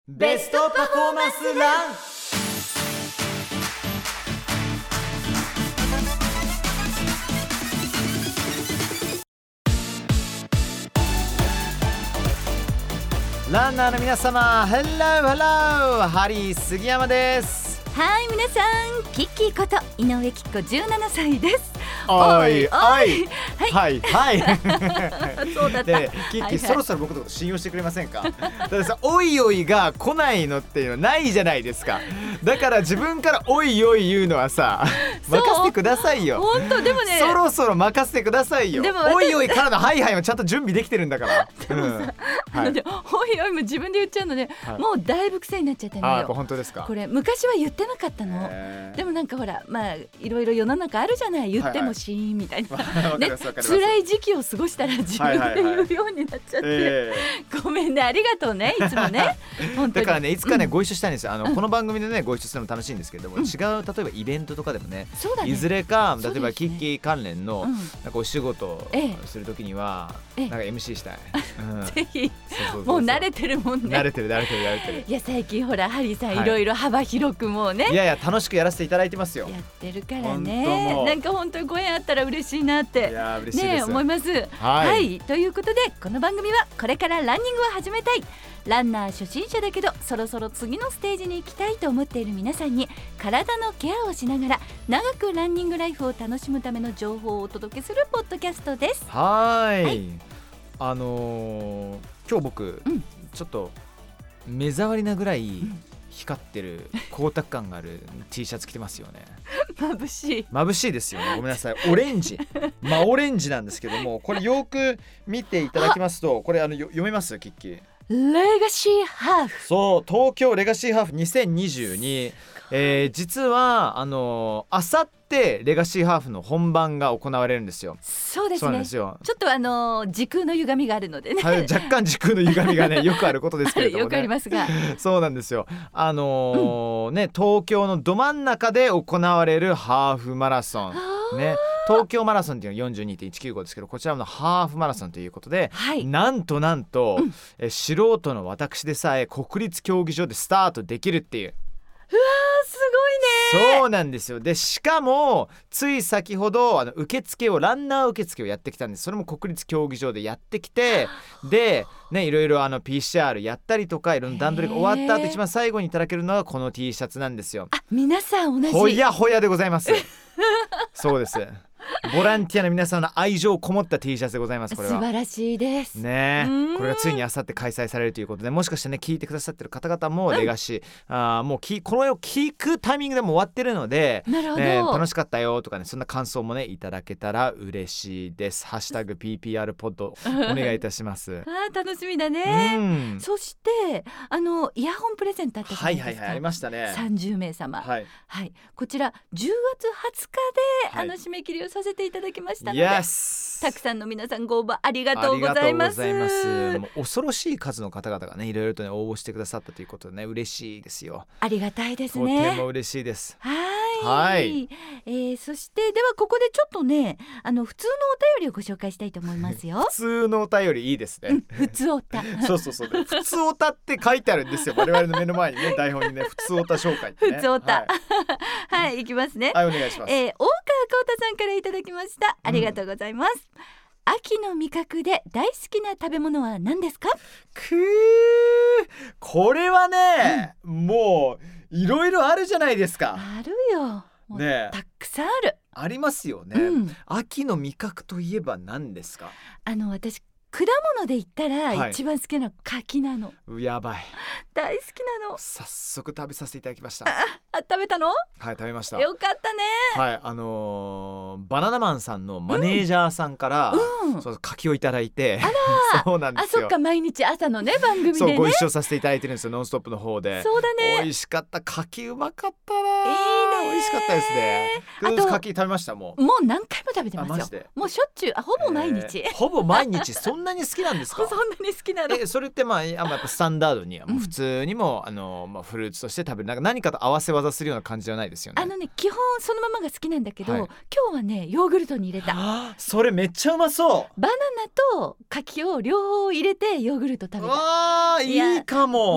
ベストパフォーマンスラン。ランナーの皆様、ヘローヘロー、ハリー杉山です。 はい、皆さん、キッキーこと井上貴子17歳です。 おいおい、 はいはいはいそうだった。 でキッキー、そろそろ僕のこと信用してくれませんか？だってさ、おいおいが来ないのっていうのないじゃないですか。だから自分からおいおい言うのはさ、任せてくださいよ。 本当、でもね、 そろそろ任せてくださいよ。 でもおいおいからのハイハイもちゃんと準備できてるんだから。 でもさ、おいおいも自分で言っちゃうので、 はい、 もうだいぶ癖になっちゃってるのよ。 やっぱ本当ですか？ これ昔は言ってなかったの。でもなんかほら、まあいろいろ世の中あるじゃない、言ってもシーンみたいな、ね、辛い時期を過ごしたら自分で言うようになっちゃって、ごめんね、ありがとうね、いつもね本当に。だからね、いつかね、ご一緒したいんですよ。この番組でねご一緒するのも楽しいんですけれども、違う例えばイベントとかでもね、いずれか例えばキッキー関連のなんかお仕事をするときにはなんか MC したい。 ぜひ。もう慣れてるもんね。 慣れてる。 いや、最近ほらハリーさん、いろいろ幅広くもうね、 いや楽しくやらせていただいてますよ。 やってるからね、なんか本当にご縁あったら嬉しいなってね、思います。はい、ということで、この番組はこれからランニングを始めたい、ランナー初心者だけどそろそろ次のステージに行きたいと思っている皆さんに、体のケアをしながら長くランニングライフを楽しむための情報をお届けするポッドキャストです。 はい、今日僕、ちょっと目障りなぐらい光ってる光沢感がある T シャツ着てますよね。眩しいですよね。ごめんなさい、オレンジオレンジなんですけども、これよく見ていただきますと、これ読めます？キッキー。 レガシーハーフ。 そう、東京レガシーハーフ2022、実はあさってレガシーハーフの本番が行われるんですよ。 そうですね。 そうなんですよ。 ちょっっと時空の歪みがあるのでね、 はい、若干時空の歪みがねよくあることですけれどもね。 よくありますがそうなんですよ。ね、東京のど真ん中で行われるハーフマラソンね、東京マラソンっていうのは 42.195 ですけど、こちらのハーフマラソンということで、なんと、素人の私でさえ国立競技場でスタートできるっていう。 うわー、すごいね。 そうなんですよ。でしかもつい先ほど受付をランナー受付をやってきたんです。それも国立競技場でやってきて、でね、いろいろPCR やったりとか、いろんな段取りが終わった後、一番最後にいただけるのはこの T シャツなんですよ。 皆さん同じ。 ほやほやでございますそうです。ボランティアの皆さんの愛情こもった T シャツでございます。これは素晴らしいですね。これがついにあさって開催されるということで、もしかしてね、聞いてくださってる方々もレガシー、もうこの絵を聞くタイミングでも終わってるので、楽しかったよとかね、そんな感想もねいただけたら嬉しいです。ハッシュタグ PPR ポッドお願いいたします楽しみだね。そしてイヤホンプレゼントあったじゃないですか。 ありましたね。 30名様、こちら10月20日で締め切りをさせていただきましたので、たくさんの皆さんご応募ありがとうございます。 もう恐ろしい数の方々がね、いろいろとね応募してくださったということでね、嬉しいですよ。 ありがたいですね。 とても嬉しいです。 はい、そしてではここでちょっとね、普通のお便りをご紹介したいと思いますよ。 普通のお便りいいですね。 普通おたそう普通おたって書いてあるんですよ。我々の目の前にね、台本にね、普通おた紹介ってね。 普通おたはい、いきますね。 はい、お願いします。 大川幸太さんからいただきました。ありがとうございます。秋の味覚で大好きな食べ物は何ですか？ これはね、もういろいろあるじゃないですか。 あるよ、ね、たくさんありますよね。秋の味覚といえば何ですか？ 私果物で言ったら一番好きな柿なの。 やばい、 大好きなの。 早速食べさせていただきました。 食べたの？ はい、食べました。 よかったね。 はい、バナナマンさんのマネージャーさんから、そう柿をいただいて、そうなんですよ。 そっか、毎日朝のね番組でね、 ご一緒させていただいてるんですよ、ノンストップの方で。 そうだね。 美味しかった。柿うまかったな。 いいね。 美味しかったですね。あと柿食べました。もう何回も食べてますよ。もうしょっちゅう、ほぼ毎日。 ほぼ毎日。そんなに好きなんですか？ そんなに好きなの？ それってやっぱスタンダードにはもう普通にもフルーツとして食べる、何かと合わせ技するような感じじゃないですよね。 基本そのままが好きなんだけど、今日はねヨーグルトに入れた。 それめっちゃうまそう。 バナナと柿を両方入れてヨーグルト食べた。 いいかも。 何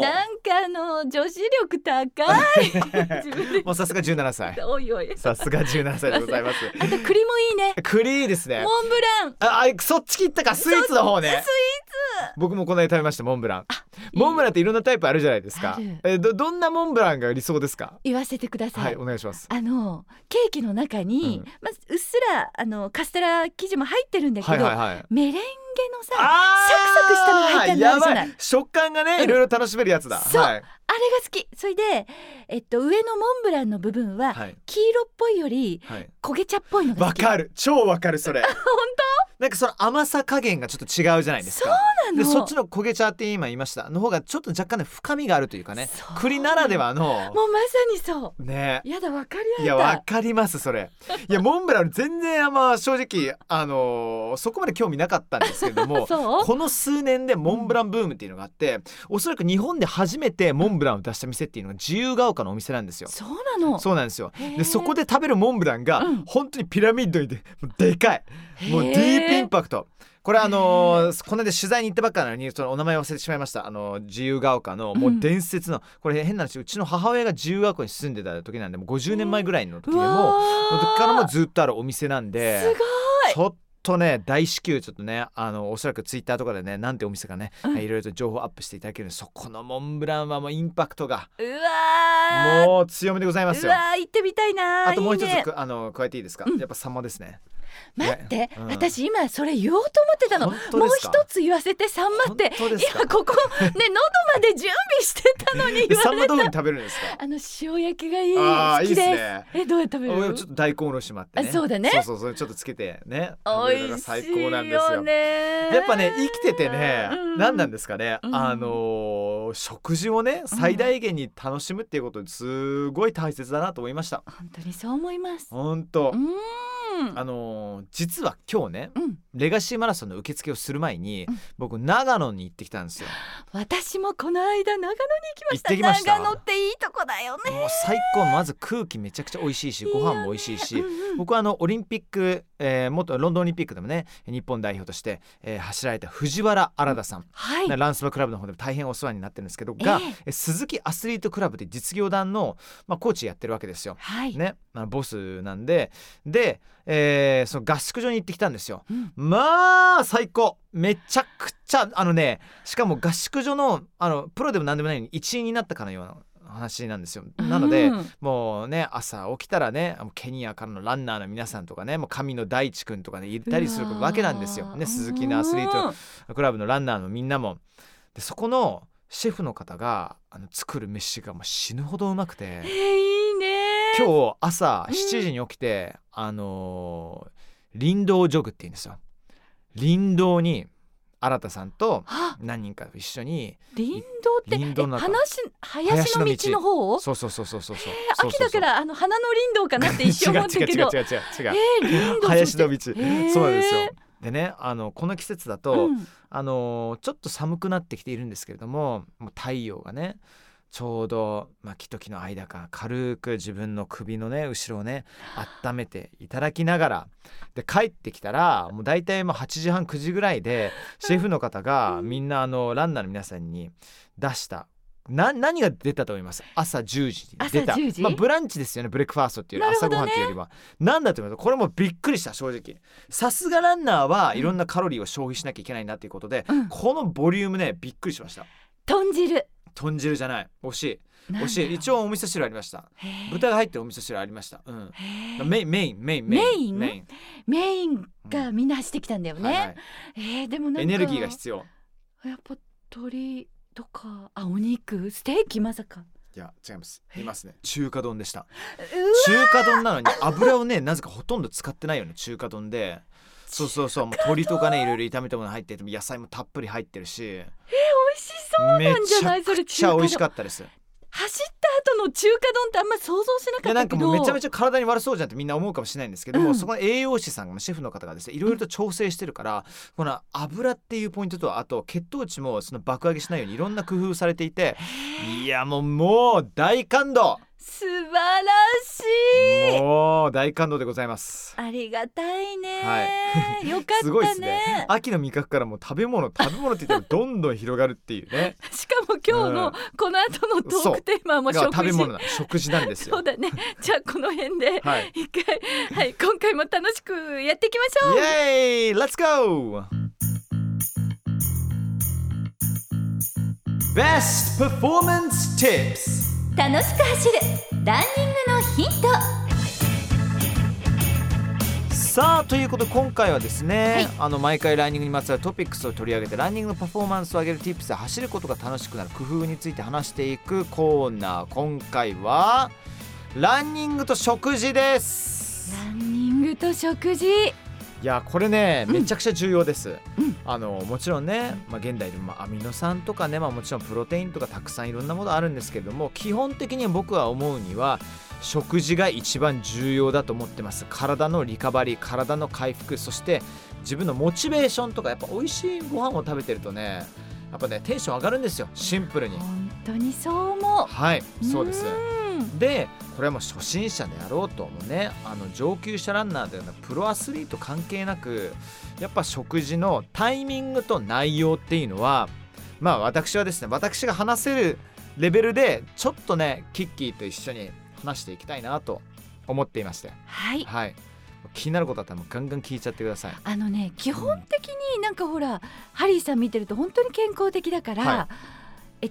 女子力高いもうさすが17歳おいおいさすが17歳でございますあと栗もいいね。 栗いいですね。モンブランそっち切ったか。スイーツの方ね。スイーツ僕もこの間食べました。モンブラン。モンブランっていろんなタイプあるじゃないですか。どんなモンブランが理想ですか。 言わせてください。 はい、お願いします。 ケーキの中に、まずうっすらカステラ生地も入ってるんだけど、メレンゲのさサクサクしたのが入ってるんじゃない。 食感がね、いろいろ楽しめるやつだ。 そう、あれが好き。それで、上のモンブランの部分は、黄色っぽいより、焦げ茶っぽいのが好き。わかる、超わかるそれ。本当？なんかその甘さ加減がちょっと違うじゃないですか。そうなの。でそっちの焦げ茶って今言いましたの方がちょっと若干ね深みがあるというかね、栗ならではの。もうまさにそうね。やだ、わかり合えた。いやわかりますそれ。いやモンブラン全然正直そこまで興味なかったんですけれどもこの数年でモンブランブームっていうのがあって、おそらく日本で初めてモンブランを出した店っていうのが自由が丘のお店なんですよ。そうなの。そうなんですよ。でそこで食べるモンブランが本当にピラミッドにでかい、もうディープインパクト。これこの間取材に行ったばっかなのにそのお名前忘れてしまいました。自由が丘のもう伝説の、これ変な話、うちの母親が自由が丘に住んでた時なんでもう50年前ぐらいの時でもの時からもずっとあるお店なんで、すごいちょっとね大至急ちょっとねおそらくツイッターとかでねなんてお店かね、いろいろと情報アップしていただけるので、そこのモンブランはもうインパクトがもう強めでございますよ。行ってみたいな。あともう一つ加えていいですか。やっぱサンマですね。待って、私今それ言おうと思ってたの。もう一つ言わせて。サンマって今ここね喉まで準備してたのに言われた。サンマどういう風に食べるんですか。塩焼きがいい。好きです。どうやって食べる。ちょっと大根おろしもあってね。そうだね。そうちょっとつけてね食べるのが最高なんですよ。やっぱね生きててね、何なんですかね、食事をね最大限に楽しむっていうことすごい大切だなと思いました。本当にそう思います。本当。実は今日ね、レガシーマラソンの受付をする前に、僕長野に行ってきたんですよ。私もこの間長野に行きました。長野っていいとこだよね。もう最高。まず空気めちゃくちゃ美味しいし、ご飯も美味しいし、僕はオリンピック、元ロンドンオリンピックでもね日本代表として、走られた藤原新さん、ランスバクラブの方でも大変お世話になってるんですけど、鈴木アスリートクラブで実業団の、コーチやってるわけですよ、ね、ボスなんでその合宿所に行ってきたんですよ、まあ最高。めちゃくちゃしかも合宿所のプロでも何でもないのに一員になったかのような話なんですよ。なので、もうね朝起きたらねケニアからのランナーの皆さんとかねもう神野大地君とかねいたりするわけなんですよ、ね、鈴木のアスリートクラブのランナーのみんなもで、そこのシェフの方が作る飯がもう死ぬほどうまくて、いいね。今日朝7時に起きて、林道ジョグって言うんですよ。林道に新さんと何人か一緒に。林道って林の道の方？そう秋だから花の林道かなって一瞬思ったけど違う林の道そうなんですよ。でねこの季節だと、ちょっと寒くなってきているんですけれども、もう太陽がねちょうど木と木の間から軽く自分の首のね後ろをね温めていただきながらで帰ってきたらもう大体8時半9時ぐらいでシェフの方がみんなランナーの皆さんに出した何が出たと思います？朝10時に出た、ブランチですよね。ブレックファーストっていうより朝ごはんっていうよりは何だと思います？これもびっくりした。正直さすがランナーはいろんなカロリーを消費しなきゃいけないなっていうことで、このボリュームねびっくりしました。豚汁じゃない、惜しい。一応お味噌汁ありました。豚が入ってるお味噌汁ありました、メインがみんな走ってきたんだよね、でもなんかエネルギーが必要。やっぱ鶏とかお肉ステーキまさか。いや違います。いますね。中華丼でした。中華丼なのに油をねなぜかほとんど使ってないよね。中華丼でそうもう鶏とかねいろいろ炒めたもの入ってて野菜もたっぷり入ってるし、美味しそうなんじゃない？それめちゃくちゃ美味しかったです。走った後の中華丼ってあんま想像しなかったけど、なんかもうめちゃめちゃ体に悪そうじゃんってみんな思うかもしれないんですけども、そこの栄養士さんがシェフの方がですねいろいろと調整してるから、この油っていうポイントとあと血糖値もその爆上げしないようにいろんな工夫されていて、いやもう大感動。 素晴らしい。 もう大感動でございます。 ありがたいね、 はい、 よかったね。 すごいですね。秋の味覚からもう食べ物って言ってもどんどん広がるっていうねしかも今日のこの後のトークテーマも食事なんですよ。 そうだね。じゃあこの辺で一回、はい、今回も楽しくやっていきましょう。 イエーイ Let's go! Best Performance Tips。 楽しく走るランニングのヒント。 さあということで今回はですね、毎回ランニングにまつわるトピックスを取り上げてランニングのパフォーマンスを上げる Tips で走ることが楽しくなる工夫について話していくコーナー。今回はランニングと食事です。 ランニングと食事、 いやこれねめちゃくちゃ重要です、もちろんね、現代でもアミノ酸とかね、もちろんプロテインとかたくさんいろんなものあるんですけれども、基本的に僕は思うには食事が一番重要だと思ってます。体のリカバリー、体の回復、そして自分のモチベーションとか、やっぱ美味しいご飯を食べてるとね、やっぱねテンション上がるんですよ、シンプルに。 本当にそう思う。 はい、そうです。でこれはもう初心者であろうともね、上級者ランナーでプロアスリート関係なく、やっぱ食事のタイミングと内容っていうのは、私はですね、私が話せるレベルでちょっとねキッキーと一緒に話していきたいなと思っていまして、 はい、 気になることあったらもうガンガン聞いちゃってください。 基本的になんかほら、ハリーさん見てると本当に健康的だから、日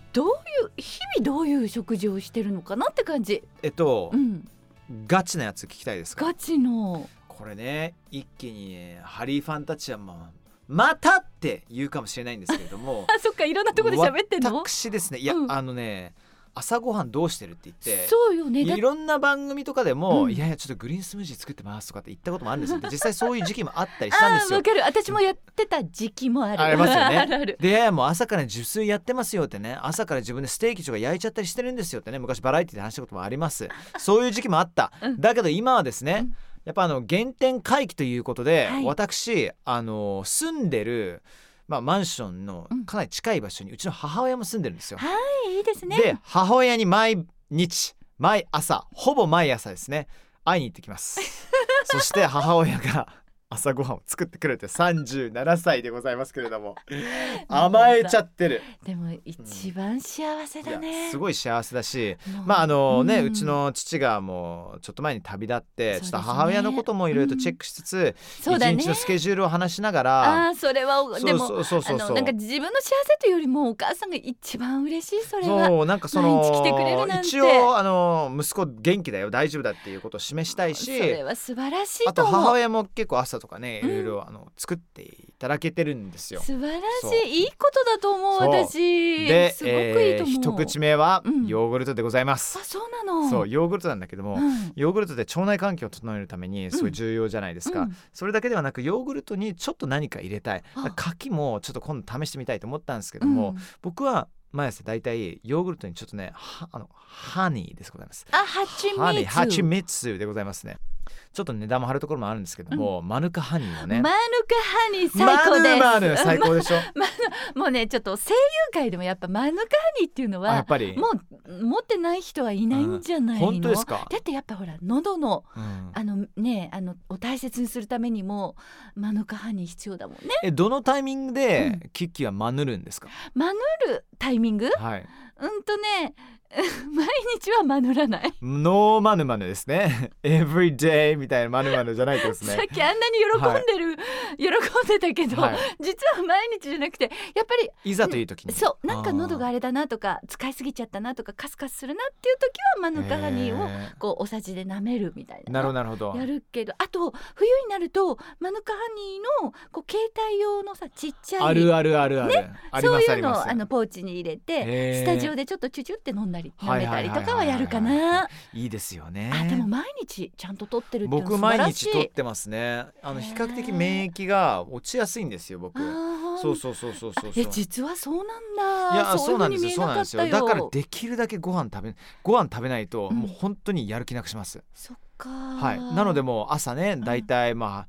々どういう食事をしてるのかなって感じ。 ガチなやつ聞きたいですか？ ガチのこれね、一気にハリーファンたちはまたって言うかもしれないんですけれどもそっか、いろんなところで喋ってんの？ 私ですね、朝ごはんどうしてるって言って、 そうよね、 いろんな番組とかでも、いやちょっとグリーンスムージー作ってますとかって言ったこともあるんですよ。実際そういう時期もあったりしたんですよ。 わかる、私もやってた時期もある。 ありますよね。 ある。 でもう朝から自炊やってますよってね、朝から自分でステーキとか焼いちゃったりしてるんですよってね、昔バラエティで話したこともあります。そういう時期もあった、だけど今はですね、やっぱ原点回帰ということで、私住んでるマンションのかなり近い場所にうちの母親も住んでるんですよ。 はい、いいですね。 で母親に毎朝ほぼ毎朝ですね会いに行ってきますそして母親が朝ごはんを作ってくれて、37歳でございますけれども甘えちゃってる。 でも一番幸せだね。 すごい幸せだし、うちの父がもうちょっと前に旅立って、ちょっと母親のこともいろいろとチェックしつつ、一日のスケジュールを話しながら、 それはでもなんか自分の幸せというよりもお母さんが一番嬉しい。それはそう、なんか毎日来てくれるなんて、 一応息子元気だよ、大丈夫だっていうことを示したいし、 それは素晴らしいと思う。 あと母親も結構朝とかね、いろいろ作っていただけてるんですよ。 素晴らしい、いいことだと思う。私ですごくいいと思う。 一口目はヨーグルトでございます。 そうなの。 そう、ヨーグルトなんだけども、ヨーグルトで腸内環境を整えるためにすごい重要じゃないですか、それだけではなくヨーグルトにちょっと何か入れたい、柿もちょっと今度試してみたいと思ったんですけども、僕は毎朝だいたいヨーグルトにちょっとねハニーでございます。ハチミツでございますね。ちょっと値段も張るところもあるんですけども、マヌカハニーをね、 マヌカハニー最高です。 マヌ最高でしょもうね、ちょっと声優界でもやっぱマヌカハニーっていうのはやっぱりもう持ってない人はいないんじゃないの？ 本当ですか？ だってやっぱほら喉の、お大切にするためにもマヌカハニー必要だもんね。 どのタイミングでキッキーはマヌるんですか？ マヌるタイミング？毎日はマヌらない。 ノーマヌマヌですね。every day みたいなマヌマヌじゃないですね。 さっきあんなに喜んでたけど、実は毎日じゃなくて、やっぱりいざという時に、 そうなんか喉があれだなとか使いすぎちゃったなとかカスカスするなっていう時はマヌカハニーをこうおさじで舐めるみたいな。 なるほど。 やるけど、あと冬になるとマヌカハニーのこう携帯用のさちっちゃいある、ね、 そういうのをポーチに入れてスタジオでちょっとチュチュって飲んだり舐めたりとかはやるかな。 いいですよね。 でも毎日ちゃんと取ってるっていうの僕素晴らしい。 毎日取ってますね。比較的免疫が落ちやすいんですよ僕。そう実はそうなんだ。 いやそうなんですよ。だからできるだけご飯食べないと、もう本当にやる気なくします。 そっか、 はい、なのでもう朝ねだいたい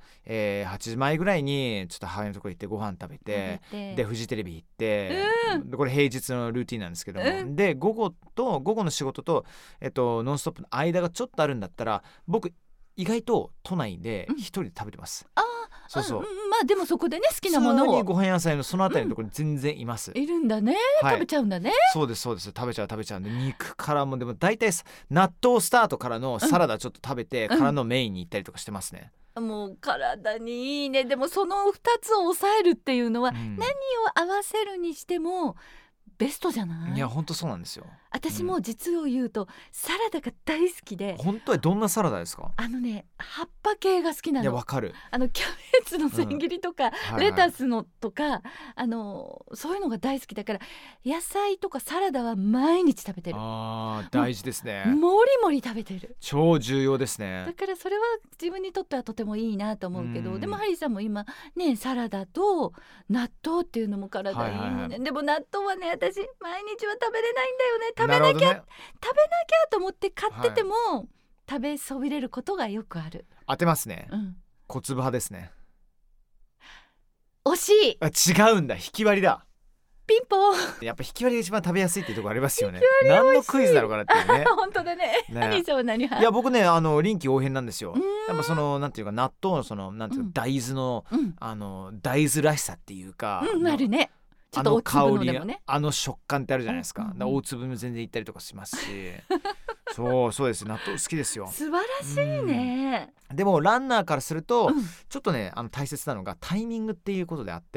8時前ぐらいにちょっと母親のところ行ってご飯食べて、でフジテレビ行って、これ平日のルーティンなんですけども、で午後の仕事と、ノンストップの間がちょっとあるんだったら僕意外と都内で一人で食べてます、そうそう、 まあでもそこでね好きなものを普通にご飯屋さんのそのあたりのところに全然います、 いるんだね、食べちゃうんだね。 そうです食べちゃうんで、肉からもでも大体納豆スタートからのサラダちょっと食べてからのメインに行ったりとかしてますね、 もう体にいいね。でもその2つを抑えるっていうのは、何を合わせるにしてもベストじゃない？ いや本当そうなんですよ。 私も実を言うと、サラダが大好きで。 本当はどんなサラダですか？ 葉っぱ系が好きなの。 いやわかる。 キャベツの千切りとか、レタスのとか、そういうのが大好きだから、野菜とかサラダは毎日食べてる。 大事ですね。 もりもり食べてる。 超重要ですね。 だからそれは自分にとってはとてもいいなと思うけど、でもハリーさんも今ねサラダと納豆っていうのも体いいよね、でも納豆はね私毎日は食べれないんだよね。食べなきゃと思って買ってても、食べそびれることがよくある。 当てますね、小粒派ですね。 惜しい。 違うんだ、引き割りだ。 ピンポン。 やっぱ引き割りが一番食べやすいっていうところありますよね。何のクイズだろうかなっていうね。 本当だね。ハリーさんは何派？ いや僕ね臨機応変なんですよ。やっぱそのなんていうか納豆のなんていうか大豆の、大豆らしさっていうか、 あるね。ちょっと香り、食感ってあるじゃないですか。大粒も全然いったりとかしますしそうです納豆好きですよ。 素晴らしいね。 でもランナーからすると、ちょっとね大切なのがタイミングっていうことであって、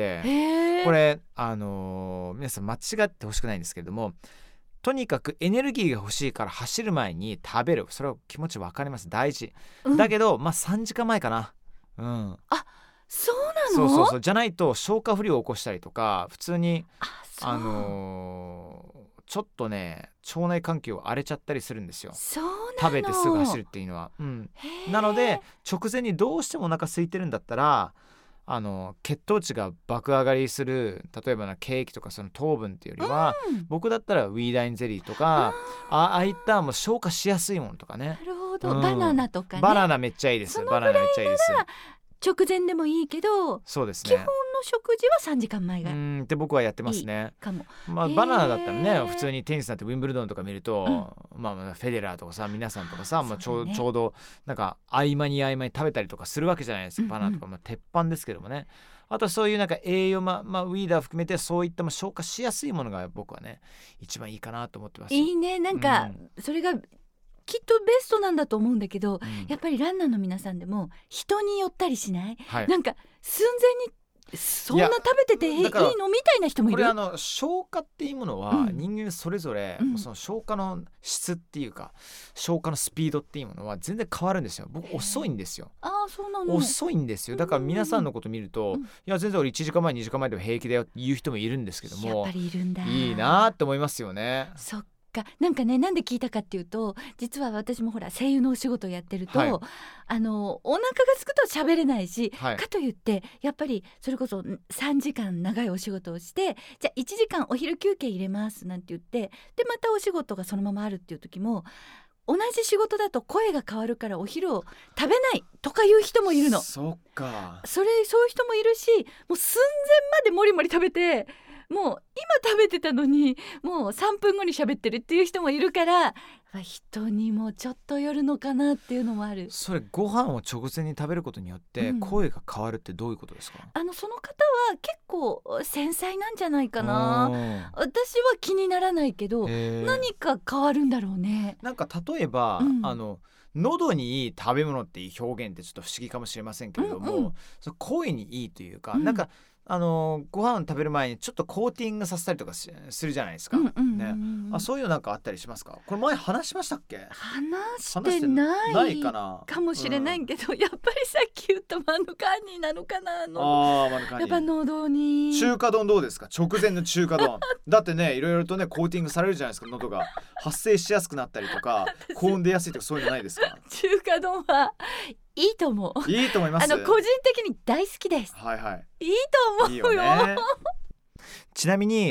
これ皆さん間違ってほしくないんですけれども、とにかくエネルギーが欲しいから走る前に食べる、それは気持ち分かります、大事、だけど3時間前かな。 そうなの？ そうじゃないと消化不良を起こしたりとか、普通にちょっとね腸内環境荒れちゃったりするんですよ。食べてすぐ走るっていうのは、なので直前にどうしてもお腹空いてるんだったら血糖値が爆上がりする、例えばケーキとかその糖分っていうよりは、僕だったらウィーダインゼリーとかああいったもう消化しやすいものとかね。 なるほど、バナナとかね。 バナナめっちゃいいです。バナナめっちゃいいです。 直前でもいいけど、そうですね、基本の食事は3時間前がって僕はやってますね。 かも。 バナナだったらね、普通にテニスなんてウィンブルドンとか見ると、フェデラーとかさ皆さんとかさ、ちょうどなんか合間に食べたりとかするわけじゃないですか。バナナとか鉄板ですけどもね。あとそういうなんか栄養ウィーダー含めてそういった消化しやすいものが僕はね一番いいかなと思ってます。 いいね。なんかそれがきっとベストなんだと思うんだけど、やっぱりランナーの皆さんでも人によったりしない？なんか寸前にそんな食べてていいのみたいな人もいる。 これ消化っていうものは人間それぞれ、その消化の質っていうか消化のスピードっていうものは全然変わるんですよ。僕遅いんですよ。 そうなの？ 遅いんですよ。だから皆さんのこと見ると、いや全然俺1時間前2時間前でも平気だよって言う人もいるんですけども、 やっぱりいるんだ。 いいなって思いますよね。 そっか。なんかね、なんで聞いたかっていうと、実は私もほら声優のお仕事をやってると、お腹が空くと喋れないし、かといってやっぱりそれこそ3時間長いお仕事をして、じゃあ1時間お昼休憩入れますなんて言って、でまたお仕事がそのままあるっていう時も、同じ仕事だと声が変わるからお昼を食べないとかいう人もいるの。 そっか。 そういう人もいるし、もう寸前までもりもり食べて、もう今食べてたのにもう3分後に喋ってるっていう人もいるから、人にもちょっとよるのかなっていうのもある。 それご飯を直前に食べることによって声が変わるってどういうことですか？ その方は結構繊細なんじゃないかな。私は気にならないけど、何か変わるんだろうね。 なんか例えば、喉にいい食べ物っていう表現ってちょっと不思議かもしれませんけれども、その声にいいというか、なんかご飯食べる前にちょっとコーティングさせたりとかするじゃないですか、そういうのなんかあったりしますか？これ前話しましたっけ？ 話してないかなかもしれないけど、やっぱりさっき言ったマヌカーニーなのかな。やっぱ喉に。 中華丼どうですか？直前の中華丼だってね、いろいろとねコーティングされるじゃないですか。喉が発生しやすくなったりとか高温出やすいとか、そういうのないですか？ 中華丼はいいと思う。 いいと思います。 個人的に大好きです。いいと思うよ。 いいよね。ちなみに、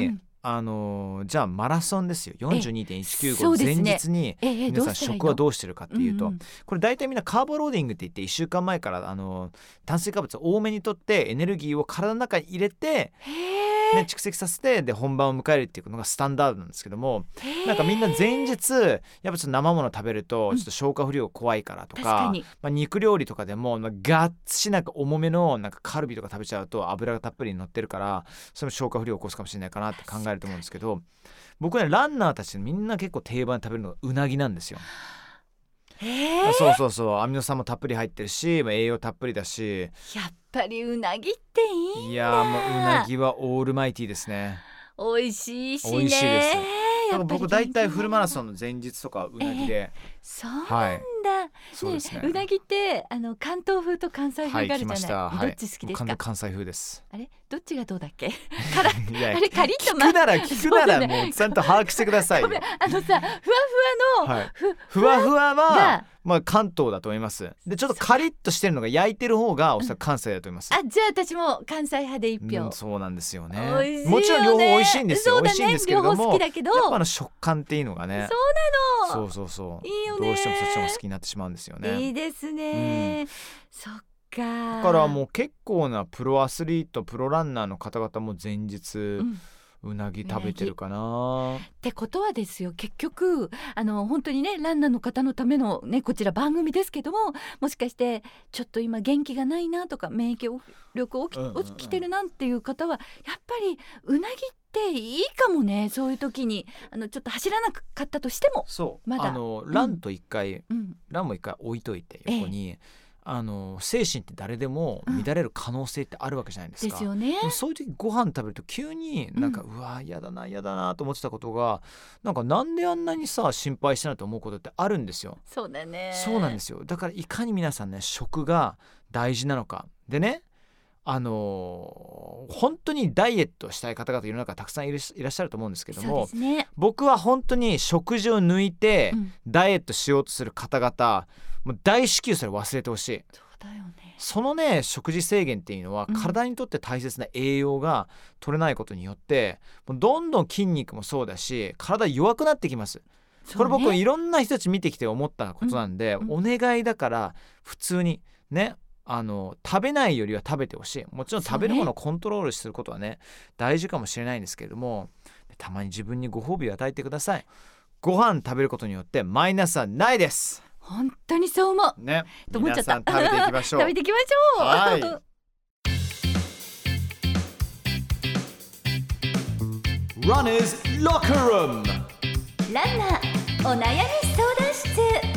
じゃあマラソンですよ。 42.195 前日に皆さん食はどうしてるかっていうと、これ大体みんなカーボローディングって言って、1週間前から炭水化物を多めにとってエネルギーを体の中に入れて蓄積させて、で本番を迎えるっていうのがスタンダードなんですけども、なんかみんな前日やっぱちょっと生もの食べるとちょっと消化不良怖いからとか、肉料理とかでもがっつしなんか重めのなんかカルビとか食べちゃうと油がたっぷり乗ってるから、それも消化不良を起こすかもしれないかなって考えると思うんですけど、僕ねランナーたちみんな結構定番で食べるのがうなぎなんですよ。そうアミノ酸もたっぷり入ってるし、栄養たっぷりだし、 やっぱりうなぎっていいんだ。 いやもううなぎはオールマイティーですね。 美味しいしね。 美味しいです。だから僕大体フルマラソンの前日とかうなぎで、 そうなんだ、 そうですね。 うなぎって関東風と関西風があるじゃない、どっち好きですか？ 関西風です。 あれどっちがどうだっけ？あれカリッと聞くならもうちゃんと把握してくださいよ。 さふわふわの、 ふわふわは関東だと思います。でちょっとカリッとしてるのが焼いてる方がおそらく関西だと思います。 じゃあ私も関西派で1票。 そうなんですよね。 美味しいよね。 もちろん両方美味しいんですよ。 そうだね、 美味しいんですけれども、 両方好きだけどやっぱ食感っていうのがね。 そうなの。 そういいよね。 どうしてもそっちも好きになってしまうんですよね。 いいですね。そっか。 だからもう結構なプロアスリート、プロランナーの方々も前日、うなぎ食べてるかなってことはですよ、結局本当にねランナーの方のためのねこちら番組ですけども、もしかしてちょっと今元気がないなとか免疫力落ちてるなんていう方はやっぱりうなぎっていいかもね。そういう時にちょっと走らなかったとしても、 そうまだランと一回、ランも一回置いといて横に、精神って誰でも乱れる可能性ってあるわけじゃないですか。 ですよね。 そういう時ご飯食べると急になんか、うわ嫌だなと思ってたことが、なんであんなにさ心配してないと思うことってあるんですよ。 そうだね。 そうなんですよ。だからいかに皆さんね食が大事なのかでね、本当にダイエットしたい方々世の中たくさんいらっしゃると思うんですけども、 そうですね、 僕は本当に食事を抜いてダイエットしようとする方々、もう大至急それ忘れてほしい。 そうだよね。 そのね食事制限っていうのは、体にとって大切な栄養が取れないことによってもうどんどん筋肉もそうだし体弱くなってきます。これ僕いろんな人たち見てきて思ったことなんで、お願いだから普通にね食べないよりは食べてほしい。もちろん食べるものをコントロールすることはね大事かもしれないんですけれども、たまに自分にご褒美を与えてください。ご飯食べることによってマイナスはないです。 本当にそう思うね。 と思っちゃった。 皆さん食べていきましょう。 食べていきましょう。 はい。Runners Locker Room。 ランナーお悩み相談室。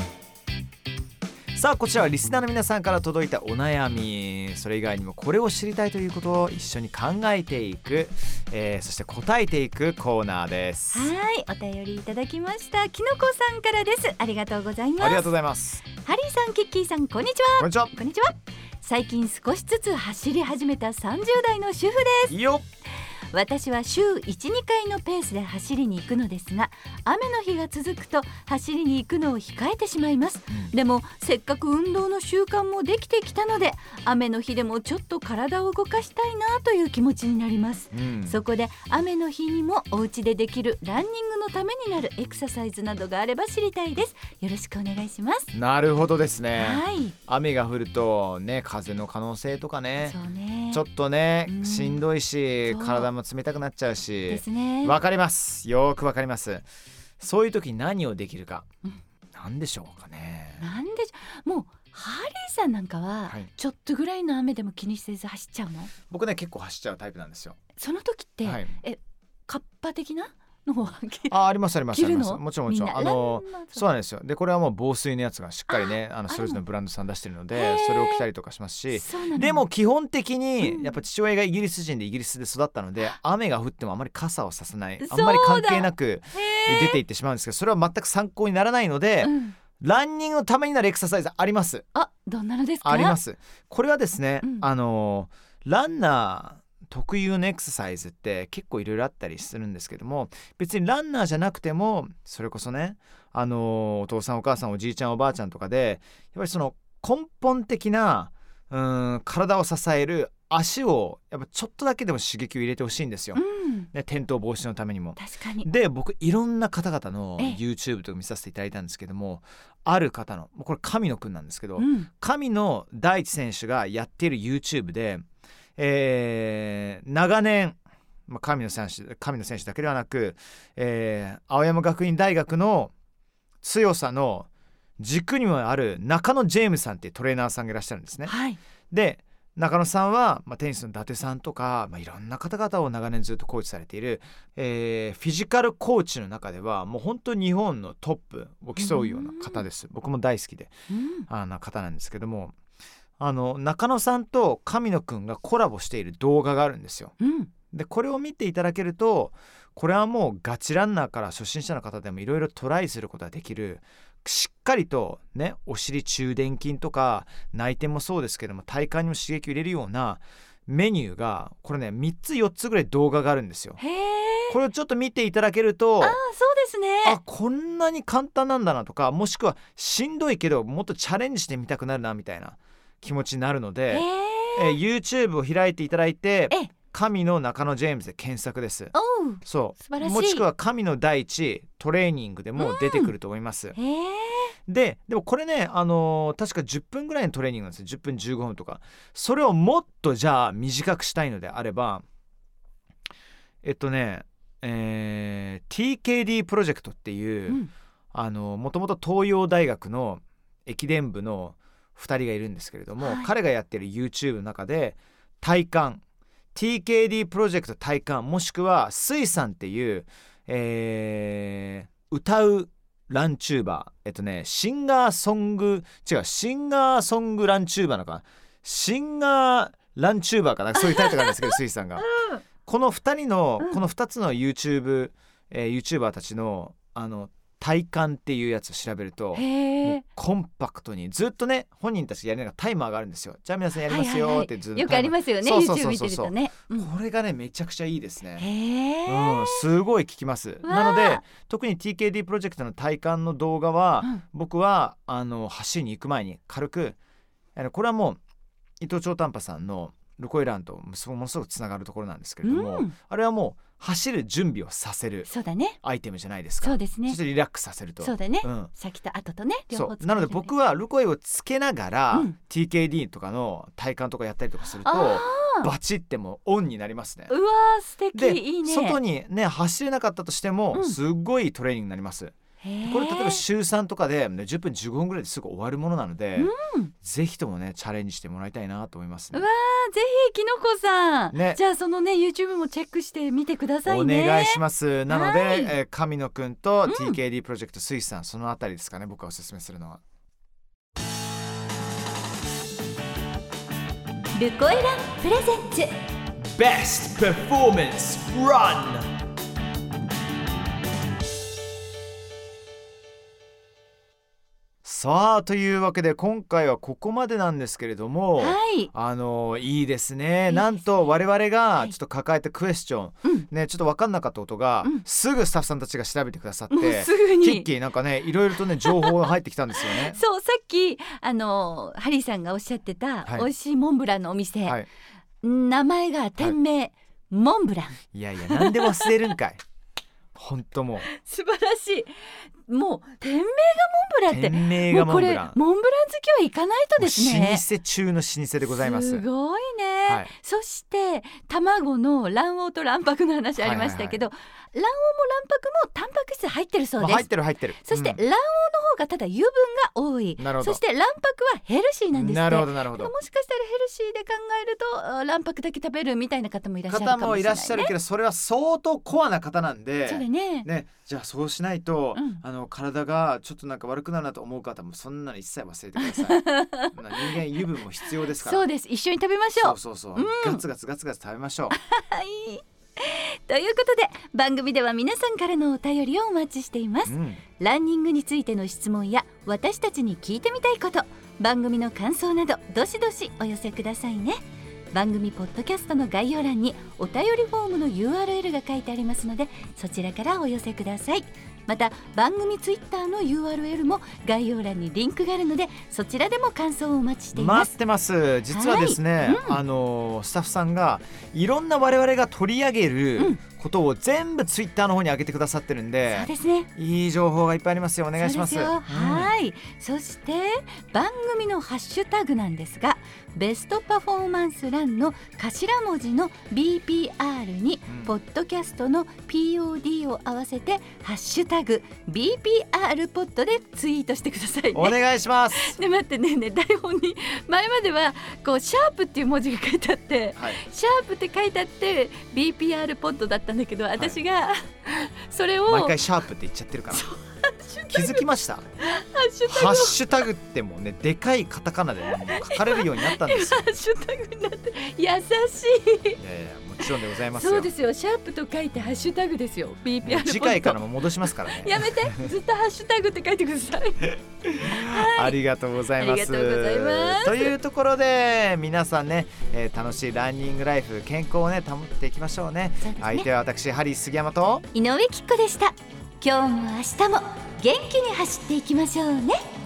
さあこちらはリスナーの皆さんから届いたお悩み、それ以外にもこれを知りたいということを一緒に考えていく、そして答えていくコーナーです。 はい、お便りいただきました。きのこさんからです。ありがとうございます。 ありがとうございます。 ハリーさん、キッキーさん、こんにちは。 こんにちは。 こんにちは。最近少しずつ走り始めた30代の主婦です。 いいよ。 私は週 1,2 回のペースで走りに行くのですが、雨の日が続くと走りに行くのを控えてしまいます。でもせっかく運動の習慣もできてきたので、雨の日でもちょっと体を動かしたいなという気持ちになります。そこで雨の日にもお家でできるランニングのためになるエクササイズなどがあれば知りたいです。よろしくお願いします。 なるほどですね。 はい、 雨が降るとね、風の可能性とかね、 そうね、 ちょっとね、しんどいし体も冷たくなっちゃうしですね。 わかります。よくわかります。そういう時何をできるか、なんでしょうかね。 もうハリーさんなんかはちょっとぐらいの雨でも気にせず走っちゃうの？ 僕ね結構走っちゃうタイプなんですよ。 その時って、カッパ的なのあります。もちろんもちろんそうなんですよ。でこれはもう防水のやつがしっかりねそれぞれのブランドさん出してるので、それを着たりとかしますし、でも基本的にやっぱ父親がイギリス人でイギリスで育ったので、雨が降ってもあまり傘をさせない、あんまり関係なく出ていってしまうんですけど、それは全く参考にならないので、ランニングのためになるエクササイズあります。 どんなのですか？ あります。これはですね、ランナー特有のエクササイズって結構いろいろあったりするんですけども、別にランナーじゃなくてもそれこそねお父さんお母さんおじいちゃんおばあちゃんとかでやっぱりその根本的な体を支える足をやっぱちょっとだけでも刺激を入れてほしいんですよ、転倒防止のためにも。 確かに。 で僕いろんな方々の YouTube とか見させていただいたんですけども、ある方のこれ神野くんなんですけど、神野大地選手がやっている YouTube で、長年、神野選手だけではなく、青山学院大学の強さの軸にもある中野ジェームスさんっていうトレーナーさんがいらっしゃるんですね、で中野さんは、テニスの伊達さんとか、いろんな方々を長年ずっとコーチされている、フィジカルコーチの中ではもう本当に日本のトップを競うような方です。僕も大好きで、な方なんですけども、中野さんと神野くんがコラボしている動画があるんですよ、でこれを見ていただけると、これはもうガチランナーから初心者の方でもいろいろトライすることができる、しっかりとね、お尻中殿筋とか内転もそうですけども体幹にも刺激を入れるようなメニューが、これね3つ4つぐらい動画があるんですよ。これをちょっと見ていただけると、 そうですね、 こんなに簡単なんだなとか、もしくはしんどいけどもっとチャレンジしてみたくなるなみたいな気持ちになるので、YouTube を開いていただいて、神の中野ジェームズで検索です。そう素晴らしい。もしくは神の第一トレーニングでも出てくると思います、でもこれね、確か10分ぐらいのトレーニングなんですよ。10分15分とか。それをもっとじゃあ短くしたいのであれば、TKD プロジェクトっていう、もともと東洋大学の駅伝部の2人がいるんですけれども、彼がやってる YouTube の中で体幹TKD プロジェクト体幹、もしくは水さんっていう、歌うランチューバー、シンガーソングランチューバーなのか、シンガーランチューバーかな、そういうタイトルがあるんですけど水さんがこの2人のこの2つの YouTuber たちの体幹っていうやつを調べると、もうコンパクトにずっとね、本人たちやりながらタイマーがあるんですよ。じゃあ皆さんやりますよってずっと、 よくありますよね、 YouTube 見てるとね、 これがねめちゃくちゃいいですね。すごい効きます。なので特に TKD プロジェクトの体幹の動画は、僕は走りに行く前に軽く、これはもう伊藤長短波さんのルコイランとものすごくつながるところなんですけれども、あれはもう走る準備をさせるアイテムじゃないですか。 そうですね。 そしてリラックスさせると。 そうだね、先と後とね両方使える。 なので僕はルコイをつけながら、TKD とかの体幹とかやったりとかするとバチってもオンになりますね。 うわー素敵。 でいいね。 外にね走れなかったとしても、すごいトレーニングになります。これ例えば週3とかで、10分15分ぐらいですぐ終わるものなので、ぜひともねチャレンジしてもらいたいなと思いますね。 うわー、ぜひきのこさん、じゃあそのね YouTube もチェックしてみてくださいね。 お願いします。なので、神野くんと TKD プロジェクトスイスさん、そのあたりですかね、僕がおすすめするのは。 ルコイランプレゼンツ Best Performance Run。さあというわけで今回はここまでなんですけれども、いいですね。なんと我々がちょっと抱えたクエスチョン、ちょっと分かんなかったことが、すぐスタッフさんたちが調べてくださって、 すぐにキッキーなんかねいろいろとね情報が入ってきたんですよね。 そう、さっきハリーさんがおっしゃってた、美味しいモンブランのお店、名前が店名、モンブラン。 いやいや、なんで忘れるんかい。本当もう素晴らしい。もう店名がモンブランって、 店名がモンブラン、 もうこれモンブラン好きは行かないとですね。 老舗中の老舗でございます。 すごいね、そして卵の卵黄と卵白の話ありましたけど、卵黄も卵白もタンパク質入ってるそうです。 入ってる。 そして、卵黄の方がただ油分が多い。そして卵白はヘルシーなんですって。 なるほど。 もしかしたらヘルシーで考えると卵白だけ食べるみたいな方もいらっしゃるかもしれないね。 方もいらっしゃるけど、それは相当コアな方なんで、 そうだね。 じゃあそうしないと、体がちょっとなんか悪くなるなと思う方もそんなの一切忘れてください。人間油分も必要ですから。 そうです、一緒に食べましょう。 そう、ガツガツ食べましょう。 はいということで番組では皆さんからのお便りをお待ちしています、ランニングについての質問や私たちに聞いてみたいこと、番組の感想などどしどしお寄せくださいね。番組ポッドキャストの概要欄にお便りフォームの URL が書いてありますので、そちらからお寄せください。 また番組ツイッターの URL も概要欄にリンクがあるので、そちらでも感想をお待ちしています。 待ってます。実はですね、スタッフさんがいろんな我々が取り上げることを全部ツイッターの方に上げてくださってるんで、 そうですね、 いい情報がいっぱいありますよ。お願いします。 はい、そして番組のハッシュタグなんですが、ベストパフォーマンスランの頭文字の BPR にポッドキャストの POD を合わせてハッシュタグ BPR ポッドでツイートしてくださいね。 お願いします。 で待ってね、台本に前まではこうシャープっていう文字が書いてあって、はい、シャープって書いてあって BPR ポッドだったんだけど、私が、はい、それを毎回シャープって言っちゃってるから気づきました。ハッシュタグってもうね、でかいカタカナで、ね、書かれるようになったんですよ。 ハッシュタグになって優しい。 いやいや、もちろんでございますよ。 そうですよ、シャープと書いてハッシュタグですよ。 BPR 次回からも戻しますからね。 やめて、ずっとハッシュタグって書いてください。はい、 ありがとうございます。 ありがとうございます。 というところで皆さんね、楽しいランニングライフ、健康をね保っていきましょうね。相手は私ハリー杉山と井上貴子でした。今日も明日も元気に走っていきましょうね。